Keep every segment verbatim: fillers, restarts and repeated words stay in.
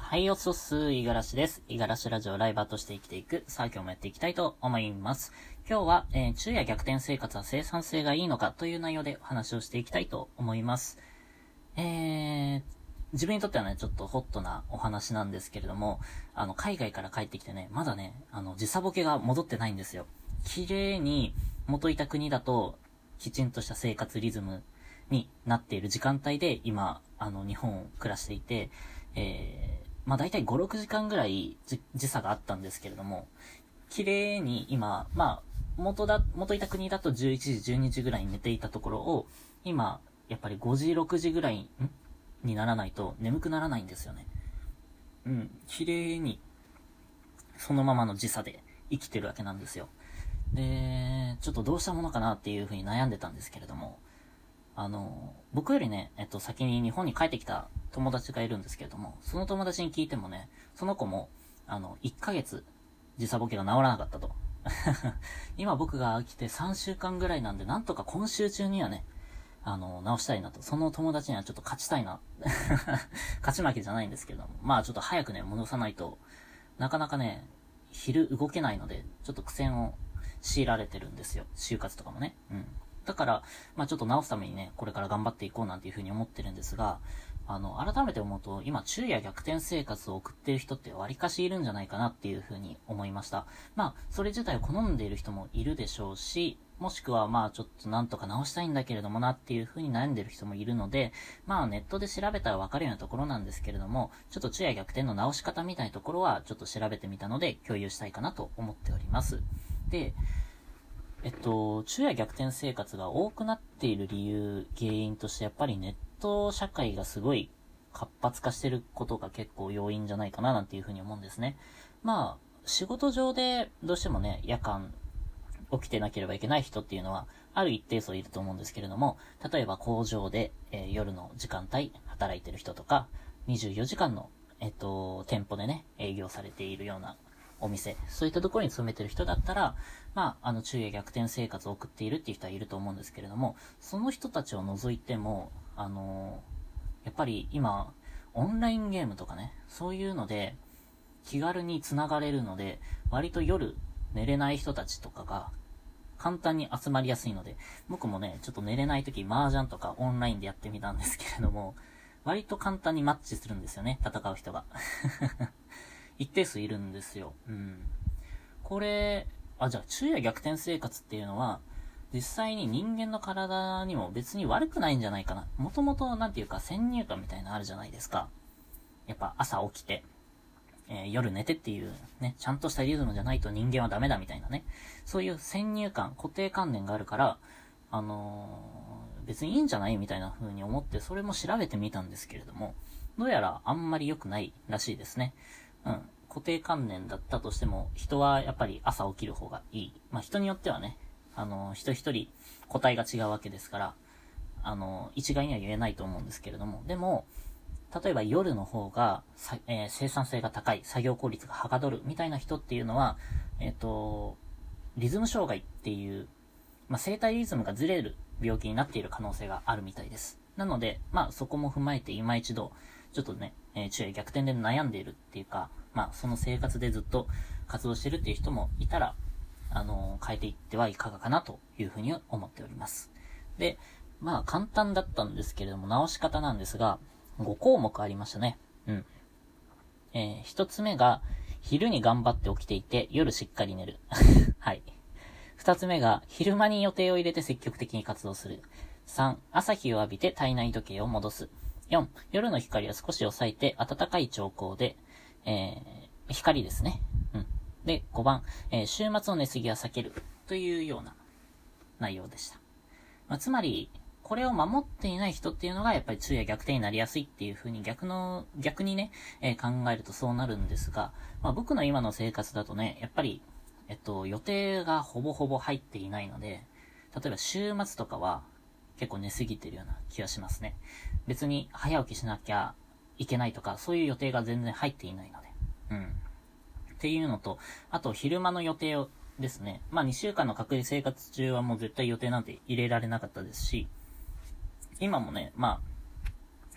はい、おっそっす、いがらしです。いがらしラジオライバーとして生きていく。さあ、今日もやっていきたいと思います。今日は、えー、昼夜逆転生活は生産性がいいのかという内容でお話をしていきたいと思います。えー、自分にとってはね、ちょっとホットなお話なんですけれども、あの、海外から帰ってきてね、まだね、あの、時差ボケが戻ってないんですよ。綺麗に元いた国だと、きちんとした生活リズムになっている時間帯で、今、あの、日本を暮らしていて、えー、まあ大体ご、ろくじかんぐらい時差があったんですけれども、綺麗に今、まあ、元だ、元いた国だとじゅういちじ、じゅうにじぐらいに寝ていたところを、今、やっぱりごじ、ろくじぐらいんにならないと眠くならないんですよね。うん、綺麗に、そのままの時差で生きてるわけなんですよ。で、ちょっとどうしたものかなっていうふうに悩んでたんですけれども、あの、僕よりね、えっと、先に日本に帰ってきた友達がいるんですけれども、その友達に聞いてもね、その子も、あの、いっかげつ、時差ボケが治らなかったと。今僕が来てさんしゅうかんぐらいなんで、なんとか今週中にはね、あの、直したいなと。その友達にはちょっと勝ちたいな。勝ち負けじゃないんですけれども。まあちょっと早くね、戻さないと、なかなかね、昼動けないので、ちょっと苦戦を強いられてるんですよ。就活とかもね。うん。だから、まあちょっと直すためにね、これから頑張っていこうなんていうふうに思ってるんですが、あの、改めて思うと、今、昼夜逆転生活を送っている人って割かしいるんじゃないかなっていうふうに思いました。まあ、それ自体を好んでいる人もいるでしょうし、もしくはまあちょっとなんとか直したいんだけれどもなっていう風に悩んでる人もいるので、まあネットで調べたらわかるようなところなんですけれども、ちょっと昼夜逆転の直し方みたいなところはちょっと調べてみたので共有したいかなと思っております。で、えっと、昼夜逆転生活が多くなっている理由、原因としてやっぱりネット社会がすごい活発化してることが結構要因じゃないかななんていう風に思うんですね。まあ、仕事上でどうしてもね、夜間起きてなければいけない人っていうのは、ある一定数いると思うんですけれども、例えば工場で、えー、夜の時間帯働いてる人とか、にじゅうよじかんの、えっと、店舗でね、営業されているようなお店、そういったところに勤めてる人だったら、まあ、あの、昼夜逆転生活を送っているっていう人はいると思うんですけれども、その人たちを除いても、あのー、やっぱり今、オンラインゲームとかね、そういうので、気軽に繋がれるので、割と夜寝れない人たちとかが簡単に集まりやすいので、僕もね、ちょっと寝れない時麻雀とかオンラインでやってみたんですけれども、割と簡単にマッチするんですよね、戦う人が。一定数いるんですよ。うん。これ、あ、じゃあ昼夜逆転生活っていうのは、実際に人間の体にも別に悪くないんじゃないかな。もともとなんていうか先入観みたいなのあるじゃないですか。やっぱ朝起きて、えー、夜寝てっていうね、ちゃんとしたリズムじゃないと人間はダメだみたいなね。そういう先入観、固定観念があるから、あのー、別にいいんじゃないみたいな風に思って、それも調べてみたんですけれども、どうやらあんまり良くないらしいですね。うん。固定観念だったとしても、人はやっぱり朝起きる方がいい。まあ人によってはね、あのー、人一人個体が違うわけですから、あのー、一概には言えないと思うんですけれども、でも、例えば夜の方が、えー、生産性が高い、作業効率がはかどるみたいな人っていうのは、えっと、リズム障害っていう、まあ、生体リズムがずれる病気になっている可能性があるみたいです。なので、まあ、そこも踏まえて今一度、ちょっとね、えー、昼夜逆転で悩んでいるっていうか、まあ、その生活でずっと活動してるっていう人もいたら、あのー、変えていってはいかがかなというふうに思っております。で、まあ、簡単だったんですけれども、直し方なんですが、ご項目ありましたね。うん。えー、一つ目が、昼に頑張って起きていて、夜しっかり寝る。はい。二つ目が、昼間に予定を入れて積極的に活動する。三、朝日を浴びて体内時計を戻す。四、夜の光を少し抑えて暖かい兆候で、えー、光ですね。うん。で、ごばん、えー、週末の寝過ぎは避ける。というような内容でした。まあ、つまり、これを守っていない人っていうのがやっぱり昼夜逆転になりやすいっていう風に逆の、逆にね、えー、考えるとそうなるんですが、まあ僕の今の生活だとね、やっぱり、えっと、予定がほぼほぼ入っていないので、例えば週末とかは結構寝すぎてるような気がしますね。別に早起きしなきゃいけないとか、そういう予定が全然入っていないので。うん。っていうのと、あと昼間の予定をですね、まあにしゅうかんの隔離生活中はもう絶対予定なんて入れられなかったですし、今もね、まあ、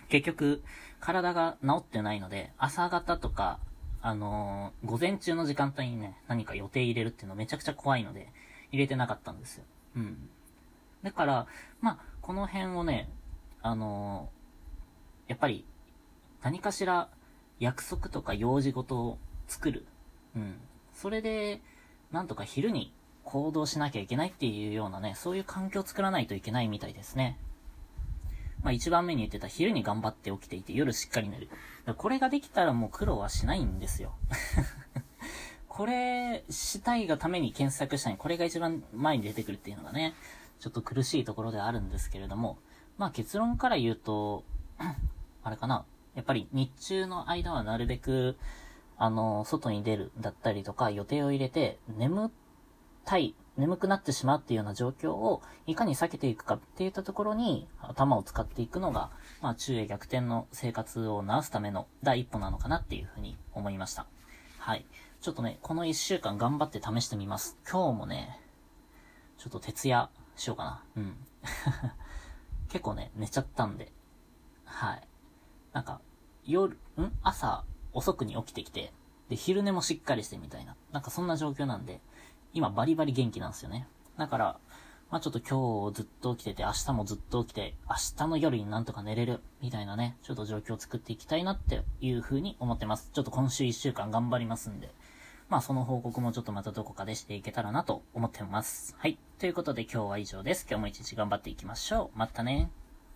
結局、体が治ってないので、朝方とか、あのー、午前中の時間帯にね、何か予定入れるっていうのめちゃくちゃ怖いので、入れてなかったんですよ。うん。だから、まあ、この辺をね、あのー、やっぱり、何かしら約束とか用事事を作る。うん。それで、なんとか昼に行動しなきゃいけないっていうようなね、そういう環境を作らないといけないみたいですね。まあ一番目に言ってた昼に頑張って起きていて夜しっかり寝る。これができたらもう苦労はしないんですよ。これしたいがために検索したい。これが一番前に出てくるっていうのがね、ちょっと苦しいところではあるんですけれども、まあ結論から言うと、あれかな。やっぱり日中の間はなるべく、あの、外に出るだったりとか予定を入れて、眠たい、眠くなってしまうっていうような状況をいかに避けていくかっていったところに頭を使っていくのが、まあ昼夜逆転の生活を直すための第一歩なのかなっていうふうに思いました。はい。ちょっとね、この一週間頑張って試してみます。今日もね、ちょっと徹夜しようかな。うん。結構ね、寝ちゃったんで。はい。なんか、夜、ん朝遅くに起きてきて、で、昼寝もしっかりしてみたいな。なんかそんな状況なんで、今バリバリ元気なんですよね。だから、まあちょっと今日ずっと起きてて、明日もずっと起きて、明日の夜になんとか寝れる、みたいなね、ちょっと状況を作っていきたいなっていう風に思ってます。ちょっと今週一週間頑張りますんで、まあその報告もちょっとまたどこかでしていけたらなと思ってます。はい。ということで今日は以上です。今日も一日頑張っていきましょう。またね。